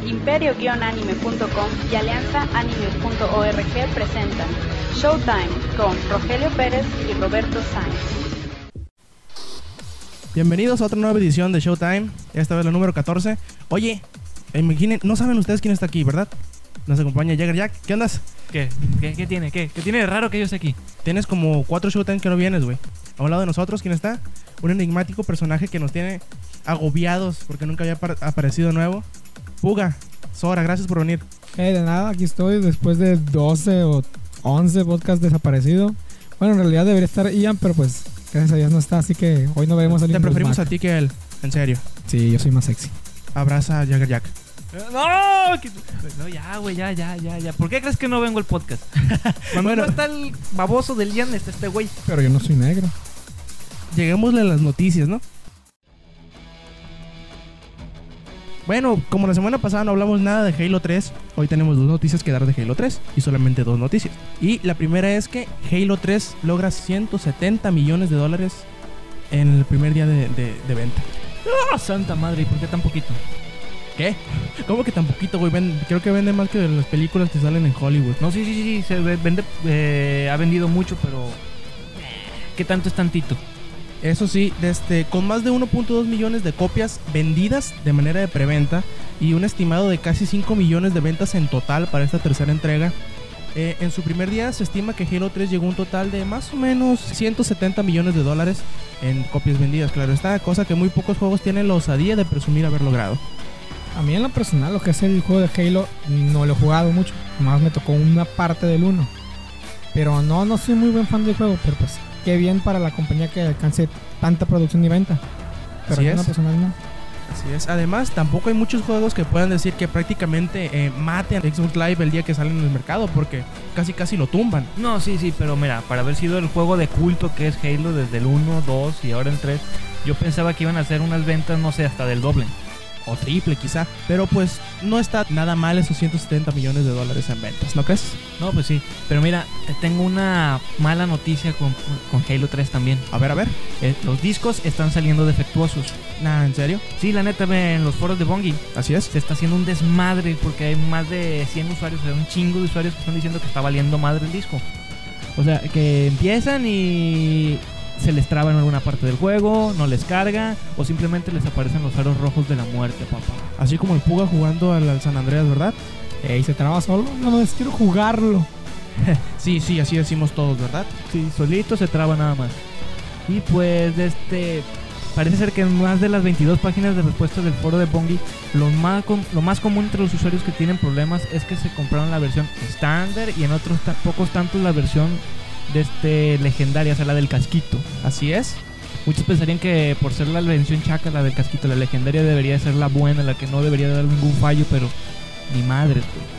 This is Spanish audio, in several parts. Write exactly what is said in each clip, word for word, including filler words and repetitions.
Imperio-anime punto com y alianza anime punto org presentan Showtime con Rogelio Pérez y Roberto Sainz. Bienvenidos a otra nueva edición de Showtime, esta vez la número catorce. Oye, imaginen, no saben ustedes quién está aquí, ¿verdad? Nos acompaña Jagger Jack. ¿Qué andas? ¿Qué? ¿Qué, qué tiene? ¿Qué? ¿Qué tiene de raro que yo esté aquí? Tienes como cuatro Showtime que no vienes, güey. A un lado de nosotros, ¿quién está? Un enigmático personaje que nos tiene agobiados porque nunca había par- aparecido nuevo. Puga, Sora, gracias por venir. Eh, de nada, aquí estoy después de doce o once podcasts desaparecido. Bueno, en realidad debería estar Ian, pero pues gracias a Dios no está, así que hoy no veremos a Te preferimos a ti que a él, en serio. Sí, yo soy más sexy. Abraza a Jagger Jack. ¡No! Que- No, ya, güey, ya, ya, ya, ya. ¿Por qué crees que no vengo al podcast? Cuando Bueno. no está el baboso del Ian, está este güey. Pero yo no soy negro. Lleguémosle a las noticias, ¿no? Bueno, como la semana pasada no hablamos nada de Halo tres, hoy tenemos dos noticias que dar de Halo tres y solamente dos noticias. Y la primera es que Halo tres logra ciento setenta millones de dólares en el primer día de, de, de venta. ¡Ah, santa madre! ¿Y por qué tan poquito? ¿Qué? ¿Cómo que tan poquito, güey? Ven- creo que vende más que las películas que salen en Hollywood. No, sí, sí, sí, sí, se ve- vende, eh, ha vendido mucho, pero... ¿Qué tanto es tantito? Eso sí, desde, con más de uno punto dos millones de copias vendidas de manera de preventa y un estimado de casi cinco millones de ventas en total para esta tercera entrega, eh, en su primer día se estima que Halo tres llegó a un total de más o menos ciento setenta millones de dólares en copias vendidas. Claro, esta cosa que muy pocos juegos tienen la osadía de presumir haber logrado. A mí en lo personal, lo que es el juego de Halo, no lo he jugado mucho. Más me tocó una parte del uno. Pero no, no soy muy buen fan del juego, pero pues qué bien para la compañía que alcance tanta producción y venta. Pero Así yo en lo es. personal no. Así es. Además, tampoco hay muchos juegos que puedan decir que prácticamente eh, maten a Xbox Live el día que salen en el mercado, porque casi casi lo tumban. No, sí, sí, pero mira, para haber sido el juego de culto que es Halo desde el uno, dos y ahora el tres, yo pensaba que iban a hacer unas ventas, no sé, hasta del doble. O triple quizá, pero pues no está nada mal esos ciento setenta millones de dólares en ventas, ¿no crees? No, pues sí, pero mira, te tengo una mala noticia con, con Halo tres también. A ver, a ver. Eh, los discos están saliendo defectuosos. Nah, ¿en serio? Sí, la neta, ve, en los foros de Bungie Así es. se está haciendo un desmadre porque hay más de cien usuarios, o sea, un chingo de usuarios que están diciendo que está valiendo madre el disco. O sea, que empiezan y se les traba en alguna parte del juego, no les carga, o simplemente les aparecen los aros rojos de la muerte, papá. Así como el Puga jugando al, al San Andreas, ¿verdad? Ey, se traba solo. No, no, quiero jugarlo. Sí, sí, así decimos todos, ¿verdad? Sí, solito se traba nada más. Y pues, este... parece ser que en más de las veintidós páginas de respuesta del foro de Bungie, lo más, com- lo más común entre los usuarios que tienen problemas es que se compraron la versión estándar y en otros ta- pocos tantos la versión de este legendaria, o sea, la del casquito. Así es. Muchos pensarían que por ser la versión chaca, la del casquito, la legendaria debería ser la buena, la que no debería dar ningún fallo, pero ni madre,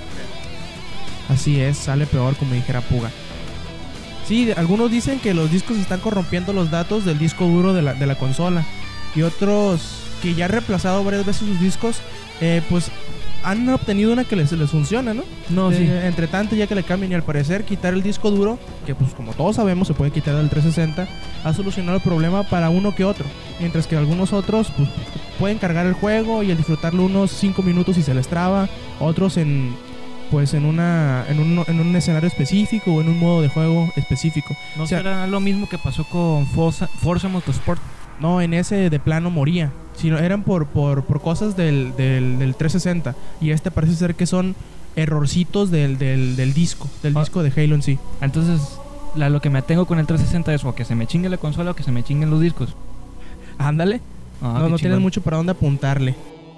güey. Así es, sale peor, como dijera Puga. Sí, de- algunos dicen que los discos están corrompiendo los datos del disco duro de la, de la consola. Y otros que ya han reemplazado varias veces sus discos, eh, pues han obtenido una que les, les funciona, ¿no? No, Eh, sí. Entre tanto, ya que le cambian y al parecer quitar el disco duro, que pues como todos sabemos se puede quitar del trescientos sesenta, ha solucionado el problema para uno que otro. Mientras que algunos otros pues, pueden cargar el juego y al disfrutarlo unos cinco minutos y se les traba. Otros en pues en una en un, en un escenario específico o en un modo de juego específico. No o sea, será lo mismo que pasó con Forza, Forza Motorsport. No, en ese de plano moría. Sino eran por, por, por cosas del, del, del trescientos sesenta. Y este parece ser que son errorcitos del, del, del disco, del Ah. disco de Halo en sí. Entonces, la, lo que me atengo con el trescientos sesenta es o que se me chingue la consola o que se me chinguen los discos. Ándale. Ah, no qué no tienes chingón. mucho para dónde apuntarle.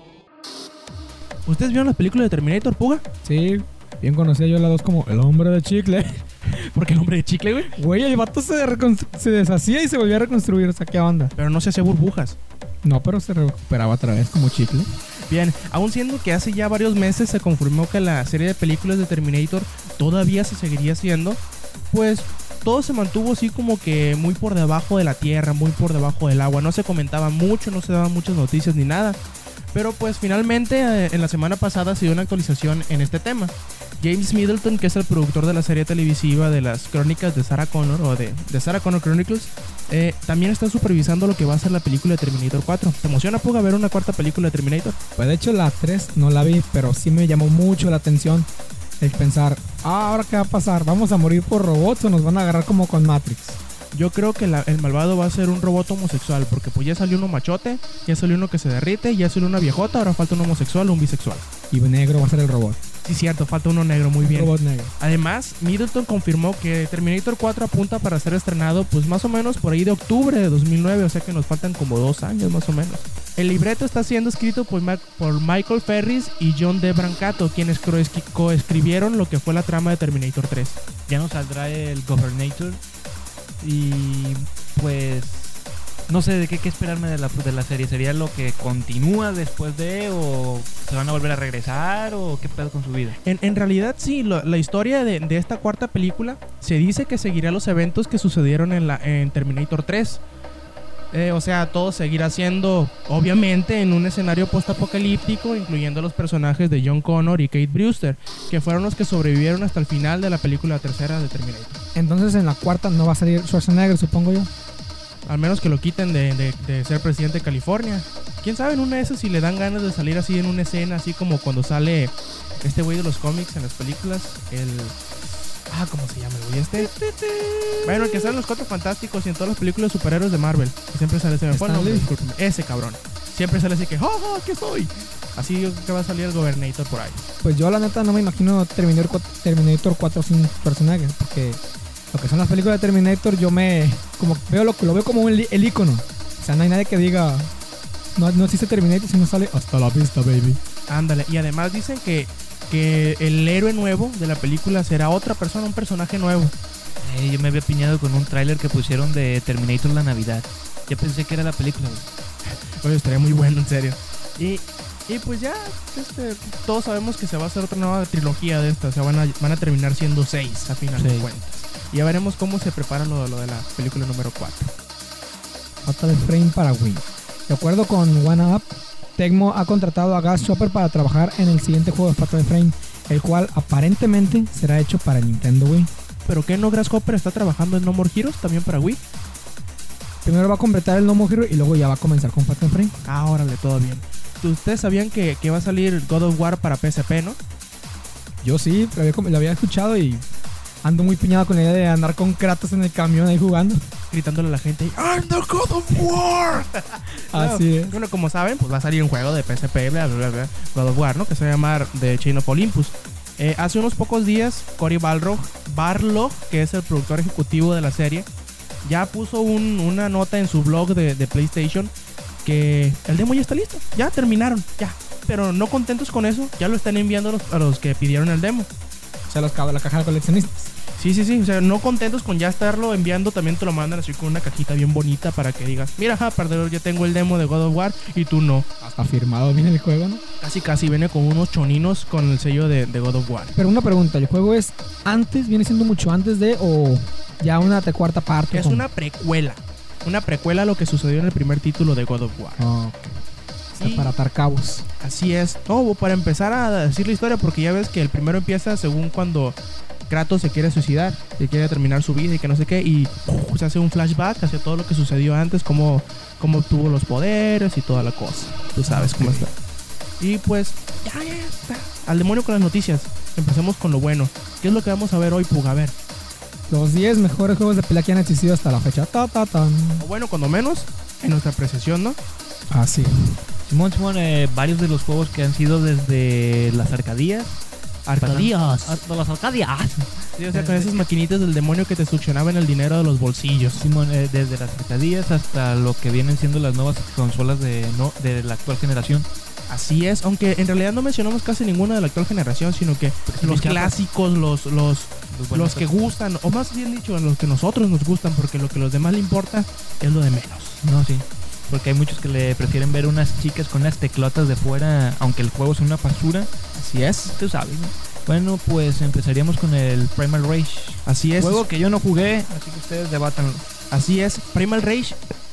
¿Ustedes vieron las películas de Terminator, Puga? Sí, bien conocía yo la dos como el hombre de chicle. Porque el hombre de chicle, güey. Güey, el vato se, reconstru- se deshacía y se volvía a reconstruir. O sea, ¿qué onda? Pero no se hacía burbujas. No, pero se recuperaba otra vez como chicle. Bien, aún siendo que hace ya varios meses se confirmó que la serie de películas de Terminator todavía se seguiría haciendo, pues todo se mantuvo así como que muy por debajo de la tierra, muy por debajo del agua. No se comentaba mucho, no se daban muchas noticias ni nada. Pero pues finalmente eh, en la semana pasada se dio una actualización en este tema. James Middleton, que es el productor de la serie televisiva de las crónicas de Sarah Connor, o de, de Sarah Connor Chronicles, eh, también está supervisando lo que va a ser la película de Terminator cuatro. ¿Te emociona, Puga, ver una cuarta película de Terminator? Pues de hecho la tres no la vi, pero sí me llamó mucho la atención el pensar, ah, ¿ahora qué va a pasar? ¿Vamos a morir por robots o nos van a agarrar como con Matrix? Yo creo que la, el malvado va a ser un robot homosexual, porque pues ya salió uno machote, ya salió uno que se derrite, ya salió una viejota, ahora falta un homosexual o un bisexual. Y negro va a ser el robot. Sí, cierto, falta uno negro, muy bien. Robot negro. Además, Middleton confirmó que Terminator cuatro apunta para ser estrenado pues más o menos por ahí de octubre de dos mil nueve, o sea que nos faltan como dos años más o menos. El libreto está siendo escrito por, Ma- por Michael Ferris y John D. Brancato, quienes coescri- coescribieron lo que fue la trama de Terminator tres. Ya nos saldrá el Governator. Y pues no sé de qué, qué esperarme de la, de la serie. ¿Sería lo que continúa después de, o se van a volver a regresar, o qué pedo con su vida? En, en realidad sí, lo, la historia de, de esta cuarta película se dice que seguirá los eventos que sucedieron en, la, en Terminator tres. Eh, o sea, todo seguirá siendo obviamente en un escenario postapocalíptico, incluyendo los personajes de John Connor y Kate Brewster, que fueron los que sobrevivieron hasta el final de la película tercera de Terminator. Entonces en la cuarta no va a salir Schwarzenegger, supongo yo. Al menos que lo quiten de, de, de ser presidente de California. Quién sabe, en una de esas si le dan ganas de salir así en una escena, así como cuando sale este güey de los cómics en las películas, el... Ah, ¿cómo se llama el güey este? Bueno, el que sale en los Cuatro Fantásticos y en todas las películas de superhéroes de Marvel. Que siempre sale ese... Bueno, discúlpeme, ese cabrón. Siempre sale así que, ¡oh, oh, ¿qué soy? Así yo creo que va a salir el Governator por ahí. Pues yo la neta no me imagino Terminator, Terminator cuatro sin Schwarzenegger, porque lo que son las películas de Terminator yo me... como veo lo, lo veo como el, el icono. O sea, no hay nadie que diga... No, no existe Terminator si no sale hasta la vista, baby. Ándale, y además dicen que que el héroe nuevo de la película será otra persona, un personaje nuevo. Eh, yo me había piñado con un tráiler que pusieron de Terminator la Navidad. Ya pensé que era la película, güey. Oye, estaría muy bueno, en serio. Y, y pues ya, este, todos sabemos que se va a hacer otra nueva trilogía de esta. O sea, van a, van a terminar siendo seis a final Sí. de cuentas. Y ya veremos cómo se prepara lo, lo de la película número cuatro. Fatal Frame para Wii. De acuerdo con OneUp, Tecmo ha contratado a Gas Chopper para trabajar en el siguiente juego de Fatal Frame, el cual aparentemente será hecho para el Nintendo Wii. ¿Pero qué no Grasshopper está trabajando en No More Heroes también para Wii? Primero va a completar el No More Hero y luego ya va a comenzar con Fatal Frame. Ah, órale, todo bien. Ustedes sabían que, que va a salir God of War para P S P, ¿no? Yo sí, lo había, lo había escuchado y ando muy piñado con la idea de andar con Kratos en el camión ahí jugando. Gritándole a la gente, I'm the God of War. Así es. Bueno, como saben, pues va a salir un juego de P S P, bla, bla, bla, God of War, ¿no? Que se va a llamar The Chain of Olympus. Eh, hace unos pocos días, Cory Barlog, Barlog, que es el productor ejecutivo de la serie, ya puso un, una nota en su blog de, de PlayStation que el demo ya está listo. Ya terminaron, ya. Pero no contentos con eso, ya lo están enviando a los, a los que pidieron el demo. O sea, los cabos de la caja de coleccionistas. Sí, sí, sí, o sea, no contentos con ya estarlo enviando, también te lo mandan así con una cajita bien bonita para que digas, mira, ja, perdedor, ya tengo el demo de God of War y tú no. Hasta firmado viene el juego, ¿no? Casi, casi viene con unos choninos con el sello de, de God of War. Pero una pregunta, ¿el juego es antes, viene siendo mucho antes de o ya una de cuarta parte? Es con... una precuela, una precuela a lo que sucedió en el primer título de God of War. Oh, ok. Está Y- para atar cabos. Así es. No, para empezar a decir la historia, porque ya ves que el primero empieza según cuando Kratos se quiere suicidar, se quiere terminar su vida y que no sé qué, y uh, se hace un flashback hacia todo lo que sucedió antes, cómo, cómo obtuvo los poderes y toda la cosa. Tú sabes cómo está. Y pues, ya, ya, ya está. Al demonio con las noticias. Empecemos con lo bueno. ¿Qué es lo que vamos a ver hoy, Pug? A ver. Los diez mejores juegos de pelea que han existido hasta la fecha. Ta, ta, tan. O bueno, cuando menos, en nuestra apreciación, ¿no? Así. Simón, Simón, eh, varios de los juegos que han sido desde las arcadías. Arcadías. Hasta las arcadías. Sí, o sea, con esas maquinitas del demonio que te succionaban el dinero de los bolsillos. Simón, eh, desde las arcadías hasta lo que vienen siendo las nuevas consolas de, no, de la actual generación. Así es, aunque en realidad no mencionamos casi ninguna de la actual generación, sino que son los bien clásicos, los, los, Los buenos los que gustan, o más bien dicho, los que nosotros nos gustan, porque lo que a los demás le importa es lo de menos. No, sí. Porque hay muchos que le prefieren ver unas chicas con unas teclotas de fuera, aunque el juego es una basura. Así es, Tú sabes, ¿no? Bueno, pues empezaríamos con el Primal Rage. así es, Juego que yo no jugué, así que ustedes debátanlo. así es. Primal Rage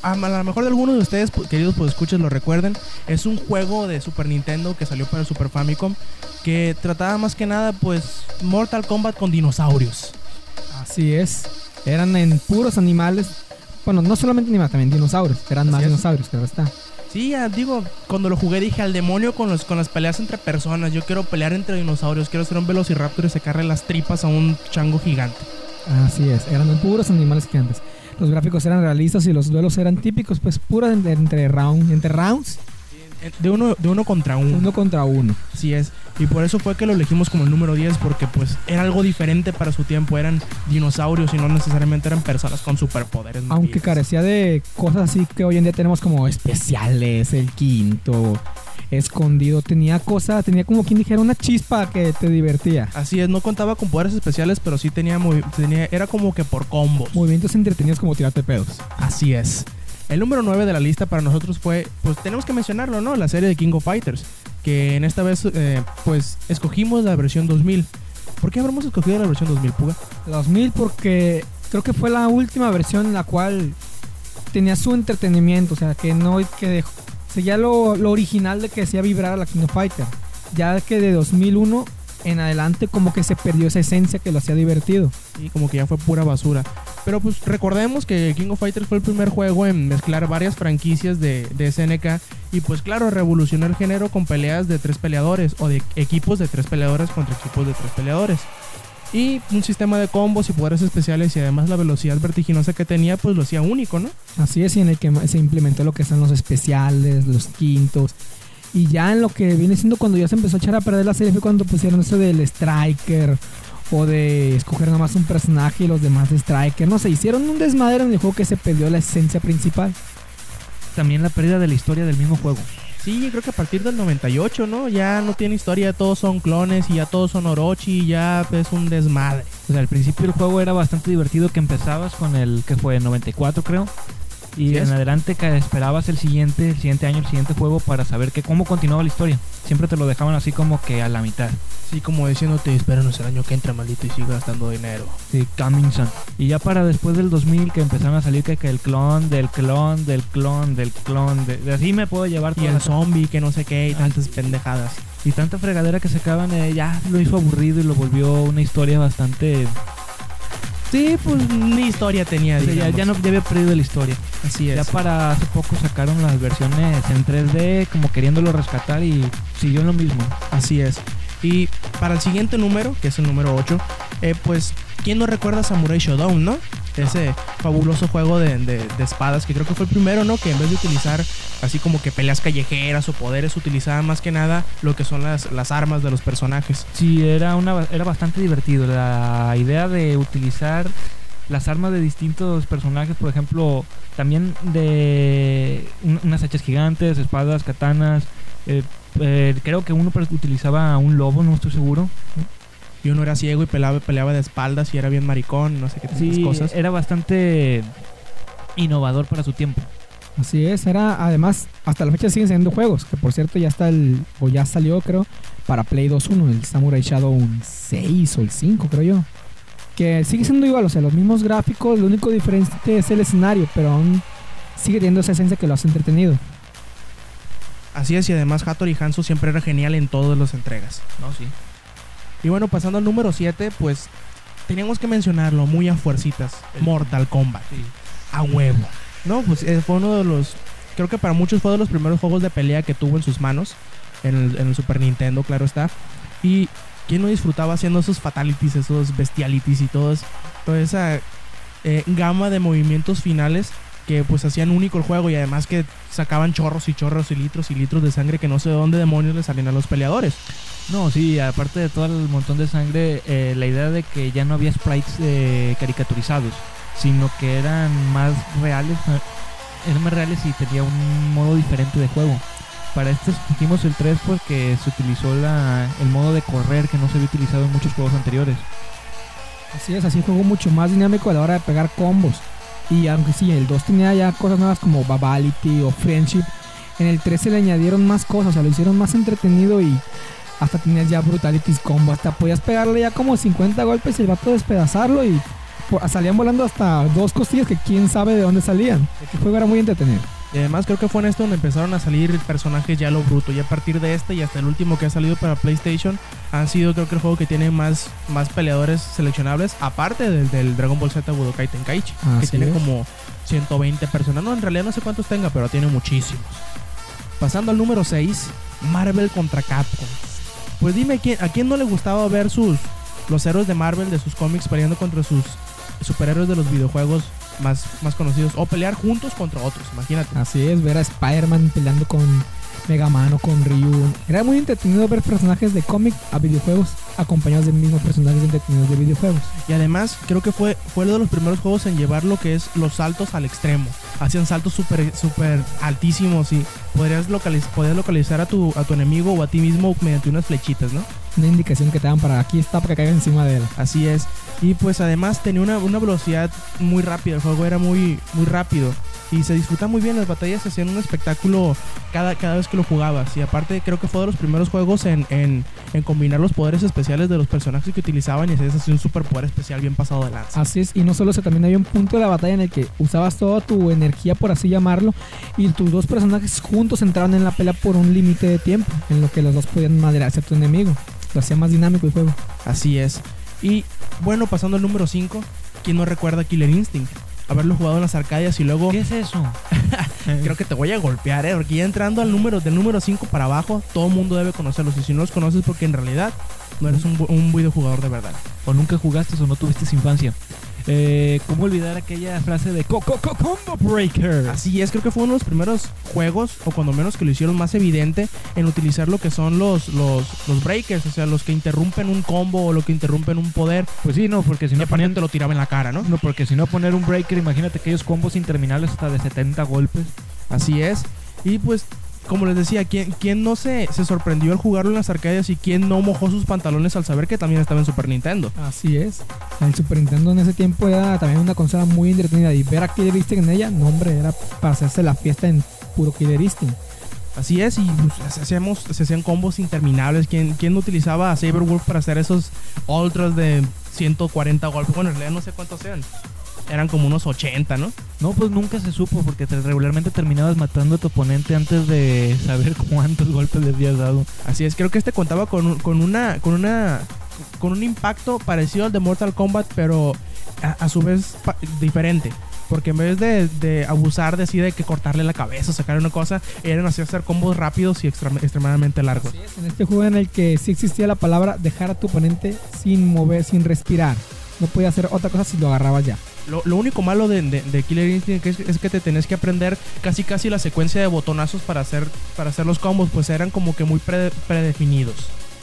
a lo mejor de algunos de ustedes, queridos pues escuchas, lo recuerden. Es un juego de Super Nintendo que salió para el Super Famicom, que trataba más que nada pues Mortal Kombat con dinosaurios. Así es. Eran en puros animales. Bueno, no solamente animales, también dinosaurios. Eran Así más es. dinosaurios, claro está. Sí, ya digo, cuando lo jugué dije al demonio con, los, con las peleas entre personas. Yo quiero pelear entre dinosaurios, quiero ser un velociraptor y sacarle las tripas a un chango gigante. Así es, eran puros animales gigantes. Los gráficos eran realistas y los duelos eran típicos, pues puros entre, entre, round, entre rounds. De uno, de uno contra uno. Uno contra uno. Así es. Y por eso fue que lo elegimos como el número diez, porque pues era algo diferente para su tiempo. Eran dinosaurios y no necesariamente eran personas con superpoderes. Aunque móviles. carecía de cosas así que hoy en día tenemos como especiales, el quinto, escondido. Tenía cosas, tenía como quien dijera una chispa que te divertía. Así es, no contaba con poderes especiales, pero sí tenía, movi- tenía era como que por combos. Movimientos entretenidos como tirarte pedos. Así es. El número nueve de la lista para nosotros fue, pues tenemos que mencionarlo, ¿no? La serie de King of Fighters, que en esta vez, eh, pues, escogimos la versión dos mil. ¿Por qué habremos escogido la versión dos mil, Puga? dos mil porque creo que fue la última versión en la cual tenía su entretenimiento, o sea, que no que dejó, seguía lo, lo original de que hacía vibrar a la King of Fighters. Ya que de dos mil uno en adelante como que se perdió esa esencia que lo hacía divertido. Y como que ya fue pura basura. Pero pues recordemos que King of Fighters fue el primer juego en mezclar varias franquicias de, de S N K. Y pues claro, revolucionó el género con peleas de tres peleadores, o de equipos de tres peleadores contra equipos de tres peleadores. Y un sistema de combos y poderes especiales, y además la velocidad vertiginosa que tenía, pues lo hacía único, ¿no? Así es, y en el que se implementó lo que son los especiales, los quintos. Y ya en lo que viene siendo cuando ya se empezó a echar a perder la serie fue cuando pusieron eso del Striker, o de escoger nomás un personaje y los demás de Striker. No sé, hicieron un desmadre en el juego que se perdió la esencia principal. También la pérdida de la historia del mismo juego. Sí, yo creo que a partir del noventa y ocho, ¿no? Ya no tiene historia, todos son clones y ya todos son Orochi, ya es un desmadre. O sea, al principio el juego era bastante divertido, que empezabas con el que fue el noventa y cuatro, creo. Y ¿Sí en es? adelante que esperabas el siguiente, el siguiente año, el siguiente juego para saber que cómo continuaba la historia. Siempre te lo dejaban así como que a la mitad. Sí, como diciéndote, espéranos el año que entra, maldito, y sigue gastando dinero. Sí, coming soon. Y ya para después del dos mil que empezaron a salir que, que el clon, del clon, del clon, del clon, de, de así me puedo llevar Y toda el la- zombie, que no sé qué, y tantas pendejadas. Y tanta fregadera que sacaban, eh, ya lo hizo aburrido y lo volvió una historia bastante... Sí, pues ni historia tenía, O sea, ya, digamos. ya no ya había perdido la historia. Así es. Ya para hace poco sacaron las versiones en tres D como queriéndolo rescatar y siguió en lo mismo. Así es. Y para el siguiente número, que es el número ocho, eh, pues, ¿quién no recuerda Samurai Shodown, no? Ese fabuloso juego de, de, de espadas, que creo que fue el primero, ¿no? Que en vez de utilizar así como que peleas callejeras o poderes, utilizaban más que nada lo que son las, las armas de los personajes. Sí, era, una, era bastante divertido. La idea de utilizar las armas de distintos personajes, por ejemplo, también de un- unas hachas gigantes, espadas, katanas. Eh, eh, creo que uno utilizaba un lobo, no estoy seguro. Y uno era ciego y peleaba, peleaba de espaldas y era bien maricón, no sé qué tantas Sí, cosas. era bastante innovador para su tiempo. Así es, era además, hasta la fecha siguen saliendo juegos, que por cierto ya está el, o ya salió creo, para Play dos punto uno, el Samurai Shodown seis o el cinco creo yo. Que sigue siendo igual, o sea, los mismos gráficos, lo único diferente es el escenario, pero aún sigue teniendo esa esencia que lo hace entretenido. Así es, y además Hattori Hanzo siempre era genial en todas las entregas. No, sí. Y bueno, pasando al número siete, pues teníamos que mencionarlo muy a fuercitas. Mortal Kombat. Sí. A huevo. No, pues eh, fue uno de los... Creo que para muchos fue de los primeros juegos de pelea que tuvo en sus manos. En el, en el Super Nintendo, claro está. Y quién no disfrutaba haciendo esos fatalities, esos bestialities y todos, toda esa eh, gama de movimientos finales que pues hacían único el juego, y además que sacaban chorros y chorros y litros y litros de sangre que no sé de dónde demonios le salían a los peleadores. No, sí, aparte de todo el montón de sangre, eh, la idea de que ya no había sprites eh, caricaturizados, sino que eran más reales, eh, eran más reales y tenía un modo diferente de juego. Para este escogimos el tres porque se utilizó la, el modo de correr que no se había utilizado en muchos juegos anteriores. Así es, así un juego mucho más dinámico a la hora de pegar combos. Y aunque sí, el dos tenía ya cosas nuevas como Babality o Friendship, en el tres se le añadieron más cosas, o sea, lo hicieron más entretenido y hasta tenías ya Brutalities combo, hasta podías pegarle ya como cincuenta golpes y el vato despedazarlo y po- salían volando hasta dos costillas que quién sabe de dónde salían. El juego era muy entretenido. Y además creo que fue en esto donde empezaron a salir personajes ya a lo bruto. Y a partir de este y hasta el último que ha salido para PlayStation, han sido creo que el juego que tiene más, más peleadores seleccionables, aparte del, del Dragon Ball Z Budokai Tenkaichi, Así que tiene es. como ciento veinte personas. No, en realidad no sé cuántos tenga, pero tiene muchísimos. Pasando al número seis, Marvel contra Capcom. Pues dime, ¿quién, ¿a quién no le gustaba ver sus los héroes de Marvel, de sus cómics, peleando contra sus superhéroes de los videojuegos más, más conocidos? O pelear juntos contra otros, imagínate. Así es, ver a Spider-Man peleando con Mega Man o con Ryu. Era muy entretenido ver personajes de cómic a videojuegos acompañados de mismos personajes entretenidos de videojuegos. Y además creo que fue, fue uno de los primeros juegos en llevar lo que es los saltos al extremo. Hacían saltos súper súper altísimos y podrías, localiz podías localizar a tu, a tu enemigo o a ti mismo mediante unas flechitas, ¿no? Una indicación que te dan para aquí está para que caiga encima de él. Así es. Y pues además tenía una, una velocidad muy rápida. El juego era muy, muy rápido. Y se disfruta muy bien. Las batallas se hacían un espectáculo cada, cada vez que lo jugabas. Y aparte creo que fue de los primeros juegos en, en, en combinar los poderes especiales de los personajes que utilizaban. Y hacías así un superpoder especial bien pasado de lanza. Así es, y no solo eso, también había un punto de la batalla en el que usabas toda tu energía, por así llamarlo, y tus dos personajes juntos entraban en la pelea por un límite de tiempo, en lo que los dos podían madrearse a tu enemigo. Lo hacía más dinámico el juego. Así es. Y bueno, pasando al número cinco, ¿quién no recuerda Killer Instinct? Haberlo jugado en las Arcadias y luego... ¿Qué es eso? Creo que te voy a golpear, ¿eh? Porque ya entrando al número del número cinco para abajo, todo el mundo debe conocerlos. Y si no los conoces, porque en realidad no eres un, bu- un videojugador de verdad. O nunca jugaste o no tuviste infancia. Eh, ¿Cómo olvidar aquella frase de co co co Combo Breaker? Así es, creo que fue uno de los primeros juegos, o cuando menos que lo hicieron más evidente, en utilizar lo que son los, los, los breakers, o sea, los que interrumpen un combo o lo que interrumpen un poder. Pues sí, no, porque si Y no aparte ponían, te lo tiraba en la cara, ¿no? no, porque si no poner un breaker, imagínate aquellos combos interminables hasta de setenta golpes. Así es. Y pues, como les decía, ¿quién, quién no se, se sorprendió al jugarlo en las Arcadias y quién no mojó sus pantalones al saber que también estaba en Super Nintendo? Así es. El Super Nintendo en ese tiempo era también una consola muy entretenida, y ver a Killer Instinct en ella, no hombre, era para hacerse la fiesta en puro Killer Instinct. Así es, y pues, hacíamos, se hacían combos interminables. ¿Quién, quién no utilizaba a Saberwolf para hacer esos ultras de ciento cuarenta golpes? Bueno, en realidad no sé cuántos sean. Eran como unos ochenta, ¿no? No, pues nunca se supo, porque te- regularmente terminabas matando a tu oponente antes de saber cuántos golpes le habías dado. Así es, creo que este contaba con, un- con una con una con un impacto parecido al de Mortal Kombat, pero a, a su vez pa- diferente. Porque en vez de, de abusar de así de que cortarle la cabeza o sacar una cosa, eran así hacer combos rápidos y extra- extremadamente largos. Así es, en este juego en el que sí existía la palabra dejar a tu oponente sin mover, sin respirar. No podía hacer otra cosa si lo agarrabas ya. Lo, lo único malo de, de, de Killer Instinct es, es que te tenés que aprender casi casi la secuencia de botonazos para hacer, para hacer los combos, pues eran como que muy pre- predefinidos.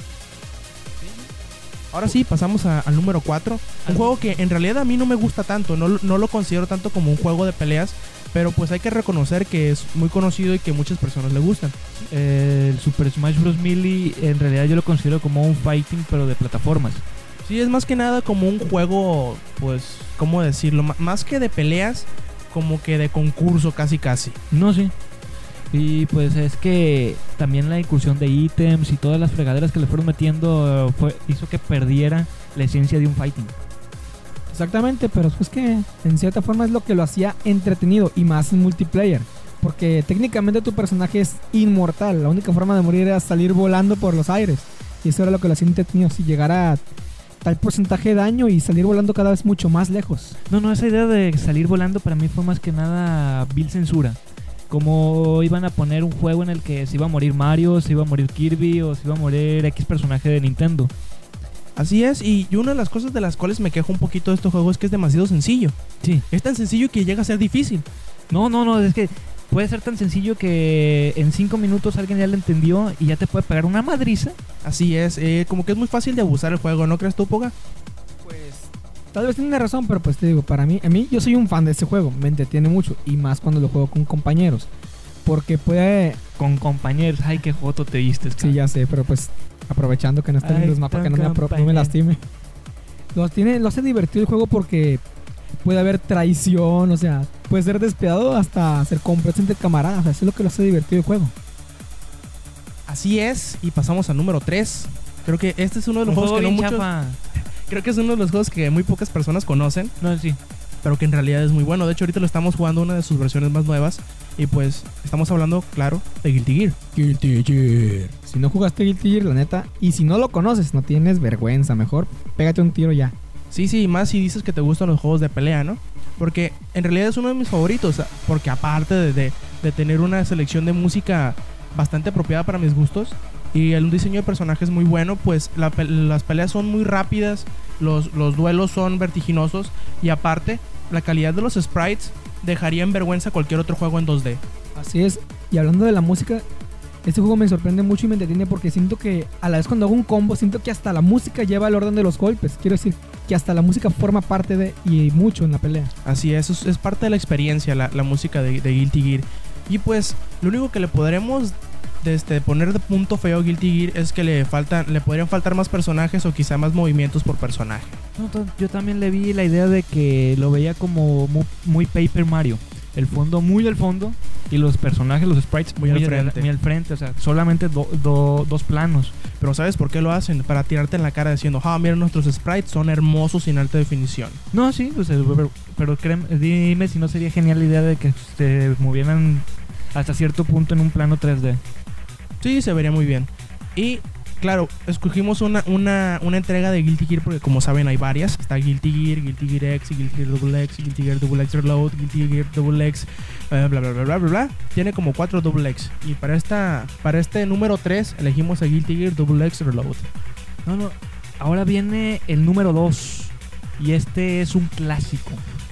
Ahora sí, pasamos a- al número cuatro. Un juego que en realidad a mí no me gusta tanto, no, lo- no lo considero tanto como un juego de peleas, pero pues hay que reconocer que es muy conocido y que muchas personas le gustan. Eh, el Super Smash Bros. Melee en realidad yo lo considero como un fighting, pero de plataformas. Sí, es más que nada como un juego, pues, ¿cómo decirlo? M- más que de peleas, como que de concurso casi casi. No, sí. Y pues es que también la incursión de ítems y todas las fregaderas que le fueron metiendo eh, fue, hizo que perdiera la esencia de un fighting. Exactamente, pero es pues que en cierta forma es lo que lo hacía entretenido, y más en multiplayer. Porque técnicamente tu personaje es inmortal. La única forma de morir era salir volando por los aires. Y eso era lo que lo hacía entretenido, si llegara a tal porcentaje de daño y salir volando cada vez mucho más lejos. No, no, esa idea de salir volando para mí fue más que nada vil censura. Como iban a poner un juego en el que se iba a morir Mario, se iba a morir Kirby o se iba a morir X personaje de Nintendo. Así es, y y una de las cosas de las cuales me quejo un poquito de este juego es que es demasiado sencillo. Sí. Es tan sencillo que llega a ser difícil. No, no, no, es que puede ser tan sencillo que en cinco minutos alguien ya lo entendió y ya te puede pegar una madriza. Así es, eh, como que es muy fácil de abusar el juego, ¿no crees tú, Poga? Pues tal vez tiene razón, pero pues te digo, para mí, a mí yo soy un fan de este juego, me entretiene mucho, y más cuando lo juego con compañeros. Porque puede... Con compañeros, ay, qué joto te diste. Sí, ya sé, pero pues aprovechando que no está en Ay, los mapas, que no me, apro- no me compañero. lastime. Lo, tiene, lo hace divertido el juego porque puede haber traición, o sea, puede ser despiadado hasta hacer compras entre camaradas. O sea, eso es lo que lo hace divertido el juego. Así es, y pasamos al número tres. Creo que este es uno de los Un juegos juego que no bien muchos... chafa. Creo que es uno de los juegos que muy pocas personas conocen, No, sí. pero que en realidad es muy bueno. De hecho, ahorita lo estamos jugando una de sus versiones más nuevas. Y pues estamos hablando, claro, de Guilty Gear. Guilty Gear. Si no jugaste Guilty Gear, la neta, y si no lo conoces, no tienes vergüenza. Mejor pégate un tiro ya. Sí, sí, y más si dices que te gustan los juegos de pelea, ¿no? Porque en realidad es uno de mis favoritos. Porque aparte de, de, de tener una selección de música bastante apropiada para mis gustos y el, un diseño de personajes muy bueno, pues la, las peleas son muy rápidas, los, los duelos son vertiginosos y aparte la calidad de los sprites dejaría en vergüenza cualquier otro juego en dos D. Así es. Y hablando de la música, este juego me sorprende mucho y me entretiene porque siento que a la vez cuando hago un combo, siento que hasta la música lleva el orden de los golpes. Quiero decir que hasta la música forma parte de y mucho en la pelea. Así es, es, es parte de la experiencia la, la música de, de Guilty Gear. Y pues lo único que le podremos Este, poner de punto feo a Guilty Gear es que le faltan, le podrían faltar más personajes o quizá más movimientos por personaje. No, to- yo también le vi la idea de que lo veía como mu- muy Paper Mario. El fondo muy al fondo y los personajes, los sprites Muy muy, al al frente. muy al frente. O sea, solamente do- do- dos planos. Pero ¿sabes por qué lo hacen? Para tirarte en la cara diciendo, ah, mira, nuestros sprites son hermosos y en alta definición. No, sí, o sea, pero, pero créeme, dime si no sería genial la idea de que se movieran hasta cierto punto en un plano tres D. Sí, se vería muy bien. Y claro, escogimos una, una, una entrega de Guilty Gear porque como saben hay varias. Está Guilty Gear, Guilty Gear X, Guilty Gear Double X, Guilty Gear Double X Reload, Guilty Gear Double X, eh, bla bla bla bla bla bla. Tiene como cuatro Double X. Y para esta para este número tres elegimos a Guilty Gear Double X Reload. No, no. Ahora viene el número dos. Y este es un clásico.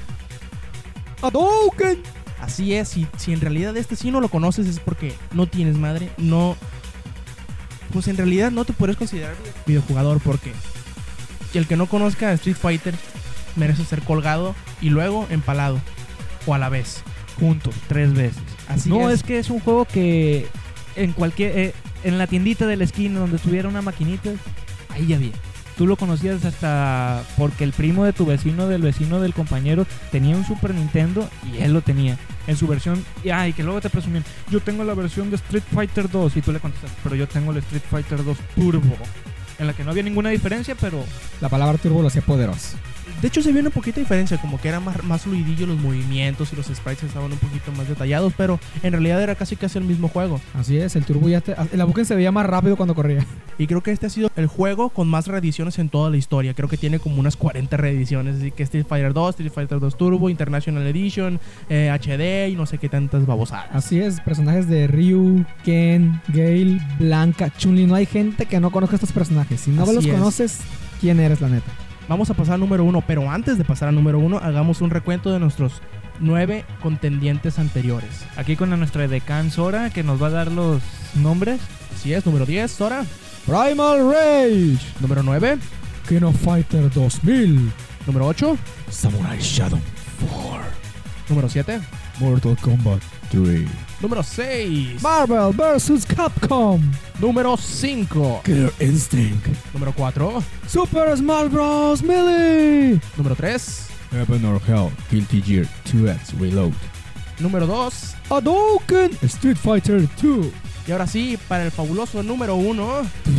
¡Hadouken! Así es, si, si en realidad este sí no lo conoces es porque no tienes madre, no... Pues en realidad no te puedes considerar videojugador porque el que no conozca a Street Fighter merece ser colgado y luego empalado, o a la vez. Juntos, tres veces. Así no, es. es que es un juego que en cualquier... eh, en la tiendita de la esquina donde tuviera una maquinita, ahí ya había. Tú lo conocías hasta porque el primo de tu vecino, del vecino del compañero, tenía un Super Nintendo y él lo tenía en su versión. Y ay, que luego te presumían, yo tengo la versión de Street Fighter dos. Y tú le contestas, pero yo tengo el Street Fighter dos Turbo, en la que no había ninguna diferencia, pero La palabra turbo lo hacía poderoso. De hecho se vio una poquita diferencia, como que era más, más fluidillo los movimientos y los sprites estaban un poquito más detallados, pero en realidad era casi casi el mismo juego. Así es, el turbo ya... Te, el Hadouken se veía más rápido cuando corría. Y creo que este ha sido el juego con más reediciones en toda la historia. Creo que tiene como unas cuarenta reediciones. Así que Street Fighter dos, Street Fighter dos Turbo, International Edition, eh, H D y no sé qué tantas babosadas. Así es, personajes de Ryu, Ken, Gale, Blanca, Chun-Li. No hay gente que no conozca estos personajes. Si no Así los es. conoces, ¿quién eres, la neta? Vamos a pasar al número uno, pero antes de pasar al número uno, hagamos un recuento de nuestros nueve contendientes anteriores. aquí con nuestra decán Sora, que nos va a dar los nombres. Así es, número diez, Sora. Primal Rage, Número nueve, King of Fighter dos mil, número ocho, Samurai Shadow cuatro, número siete, Mortal Kombat tres, número seis, Marvel versus. Capcom, número cinco, Killer Instinct, número cuatro, Super Smash Bros. Melee, número tres, Heaven or Hell, Guilty Gear dos X Reload, número dos. Hadouken, Street Fighter dos. Y ahora sí, para el fabuloso número uno,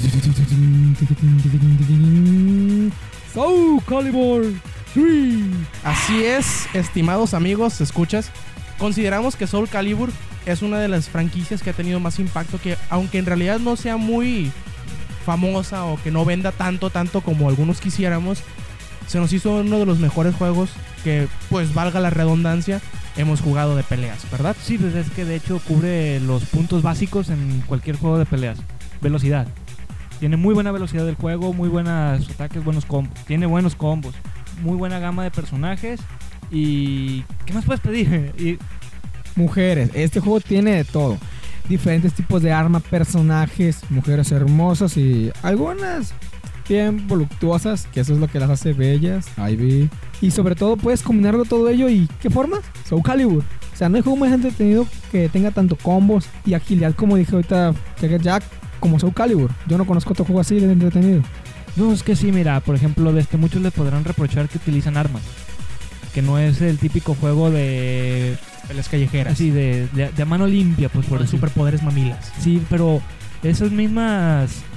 Soul Calibur tres. así es, estimados amigos, escuchas, consideramos que Soul Calibur es una de las franquicias que ha tenido más impacto, que aunque en realidad no sea muy famosa o que no venda tanto, tanto como algunos quisiéramos, se nos hizo uno de los mejores juegos que, pues valga la redundancia, hemos jugado de peleas, ¿verdad? Sí, pues es que de hecho cubre los puntos básicos en cualquier juego de peleas. Velocidad. Tiene muy buena velocidad del juego, muy buenos ataques, buenos combos. Tiene buenos combos, muy buena gama de personajes. Y... ¿qué más puedes pedir? Y Mujeres, este juego tiene de todo. Diferentes tipos de armas, personajes, mujeres hermosas y algunas bien voluptuosas, que eso es lo que las hace bellas. Ahí vi. Y sobre todo puedes combinarlo todo ello y ¿qué formas? Soul Calibur. O sea, no hay juego más entretenido que tenga tanto combos y agilidad como dije ahorita Jagger Jack como Soul Calibur. Yo no conozco otro juego así de entretenido. no, es que sí, mira, por ejemplo, de este muchos le podrán reprochar que utilizan armas. Que no es el típico juego de... Peleas callejeras. así, de, de, de a mano limpia, pues por Por decir. superpoderes mamilas. Sí, pero esas mismas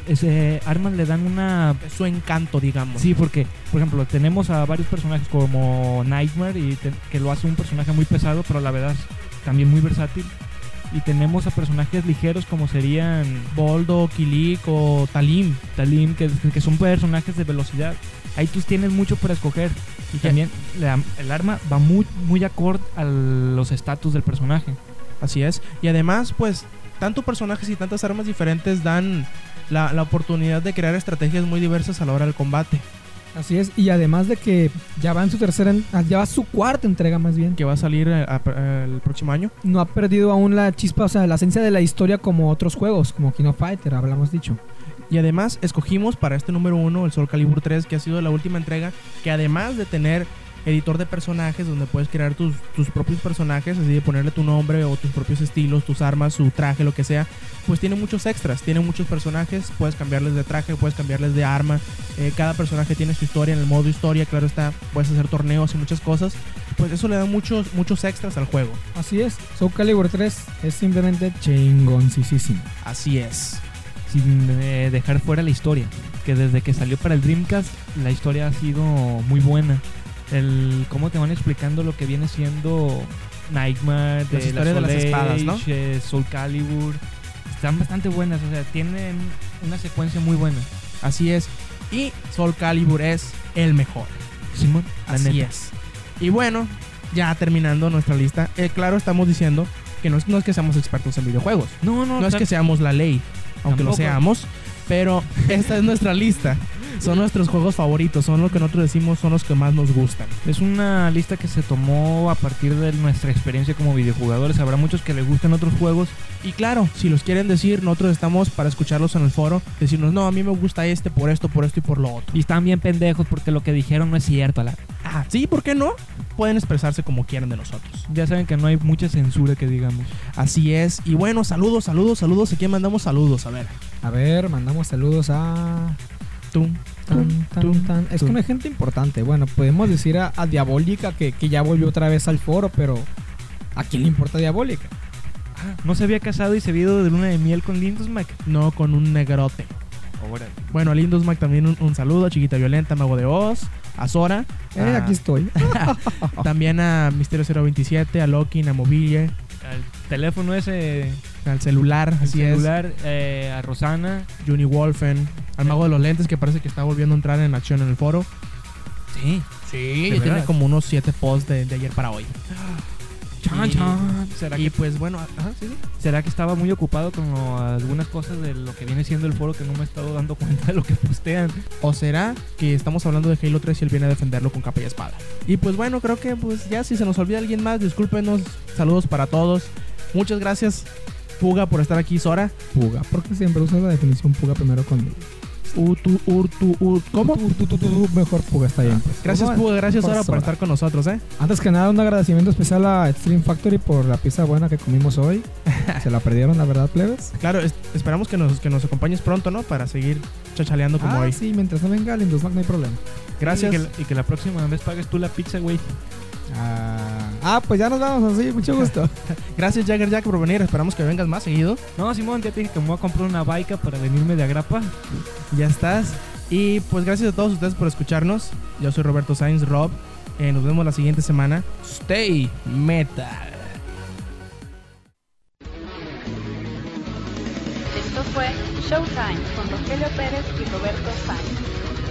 ese, armas le dan una... Su encanto, digamos. Sí, porque, por ejemplo, tenemos a varios personajes como Nightmare, y te- que lo hace un personaje muy pesado, pero a la verdad es también muy versátil. Y tenemos a personajes ligeros como serían Boldo, Kilik o Talim. Talim, que, que son personajes de velocidad. Ahí tú tienes mucho para escoger. Y Ya. también la- el arma va muy, muy acorde a los estatus del personaje. Así es. Y además, pues, tanto personajes y tantas armas diferentes dan la, la oportunidad de crear estrategias muy diversas a la hora del combate. Así es, y además de que ya va en su tercera, en- ah, ya va su cuarta entrega más bien. Que va a salir eh, a- a- el próximo año. No ha perdido aún la chispa, o sea, la esencia de la historia como otros juegos, como King of Fighter, hablamos dicho. Y además escogimos para este número uno el Soul Calibur tres, que ha sido la última entrega, que además de tener editor de personajes donde puedes crear tus, tus propios personajes, así de ponerle tu nombre o tus propios estilos, tus armas, su traje, lo que sea, pues tiene muchos extras, tiene muchos personajes, puedes cambiarles de traje, puedes cambiarles de arma, eh, cada personaje tiene su historia en el modo historia, claro está, puedes hacer torneos y muchas cosas, pues eso le da muchos, muchos extras al juego. Así es, Soul Calibur tres es simplemente chingoncísimo. Así es. Sin eh, dejar fuera la historia, que desde que salió para el Dreamcast la historia ha sido muy buena. El cómo te van explicando lo que viene siendo Nightmare, de Las historias de las Soul espadas, Age, ¿no? eh, Soul Calibur, están bastante buenas, o sea, tienen una secuencia muy buena. Así es. Y Soul Calibur es el mejor. Simón, la Así neta. es. Y bueno, ya terminando nuestra lista, eh, claro, estamos diciendo que no es, no es que seamos expertos en videojuegos. No, no, No es claro. que seamos la ley, aunque lo Tampoco. seamos, pero esta es nuestra lista. Son nuestros juegos favoritos, son lo que nosotros decimos son los que más nos gustan. Es una lista que se tomó a partir de nuestra experiencia como videojugadores. Habrá muchos que les gustan otros juegos. Y claro, si los quieren decir, nosotros estamos para escucharlos en el foro, decirnos, no, a mí me gusta este por esto, por esto y por lo otro. Y están bien pendejos porque lo que dijeron no es cierto. a La... Ah, sí, ¿por qué no? Pueden expresarse como quieran de nosotros. Ya saben que no hay mucha censura que digamos. Así es. Y bueno, saludos, saludos, saludos. ¿A quién mandamos saludos? A ver. A ver, mandamos saludos a... Tum, Tan, tum, tan, tum, tan. Es tum. que no hay gente importante. Bueno, podemos decir a, a Diabólica que, que ya volvió otra vez al foro, pero ¿a quién le importa Diabólica? No se había casado y se había ido de luna de miel con Lindos Mac. No, con un negrote. Bueno, a Lindos Mac también un, un saludo, a Chiquita Violenta, Mago de Oz, a Sora, Eh, a- aquí estoy. también a Misterio cero veintisiete, a Loki, a Mobile, Al teléfono ese, al celular, el así celular, eh, a Rosana. es, Juni Wolfen, al Mago de los Lentes que parece que está volviendo a entrar en acción en el foro. Sí. Sí, ¿De ya tiene veras? como unos siete posts de, de ayer para hoy. Chan, Y- chan. ¿Será, Y que, pues bueno, ajá, sí, sí. ¿Será que estaba muy ocupado con lo- algunas cosas de lo que viene siendo el foro que no me he estado dando cuenta de lo que postean? ¿O será que estamos hablando de Halo tres y él viene a defenderlo con capa y espada? Y pues bueno, creo que pues ya si se nos olvida alguien más, discúlpenos. Saludos para todos. Muchas gracias, Puga, por estar aquí, Sora. Puga, porque siempre usas la definición Puga primero conmigo. Utu, urtu, ur- ¿Cómo? Tu, tu, tu, tu, tu, mejor Puga, está bien. Pues. Gracias, Vamos a- Puga. Gracias, por Sora, por Sora. estar con nosotros, ¿eh? Antes que nada, un agradecimiento especial a Extreme Factory por la pizza buena que comimos hoy. Se la perdieron, la verdad, plebes. Claro, es- esperamos que nos, que nos acompañes pronto, ¿no? Para seguir chachaleando como Ah, hoy. sí, mientras no venga Lindos Mac no hay problema. Gracias. Y que, y que la próxima vez pagues tú la pizza, güey. Ah, ah, pues ya nos vamos así, mucho gusto. Gracias, Jagger Jack, por venir. Esperamos que vengas más seguido. No, Simón, ya te dije que me voy a comprar una baica para venirme de agrapa. Ya estás. Y pues gracias a todos ustedes por escucharnos. Yo soy Roberto Sainz, Rob. Eh, nos vemos la siguiente semana. Stay metal. Esto fue Showtime con Rogelio Pérez y Roberto Sainz.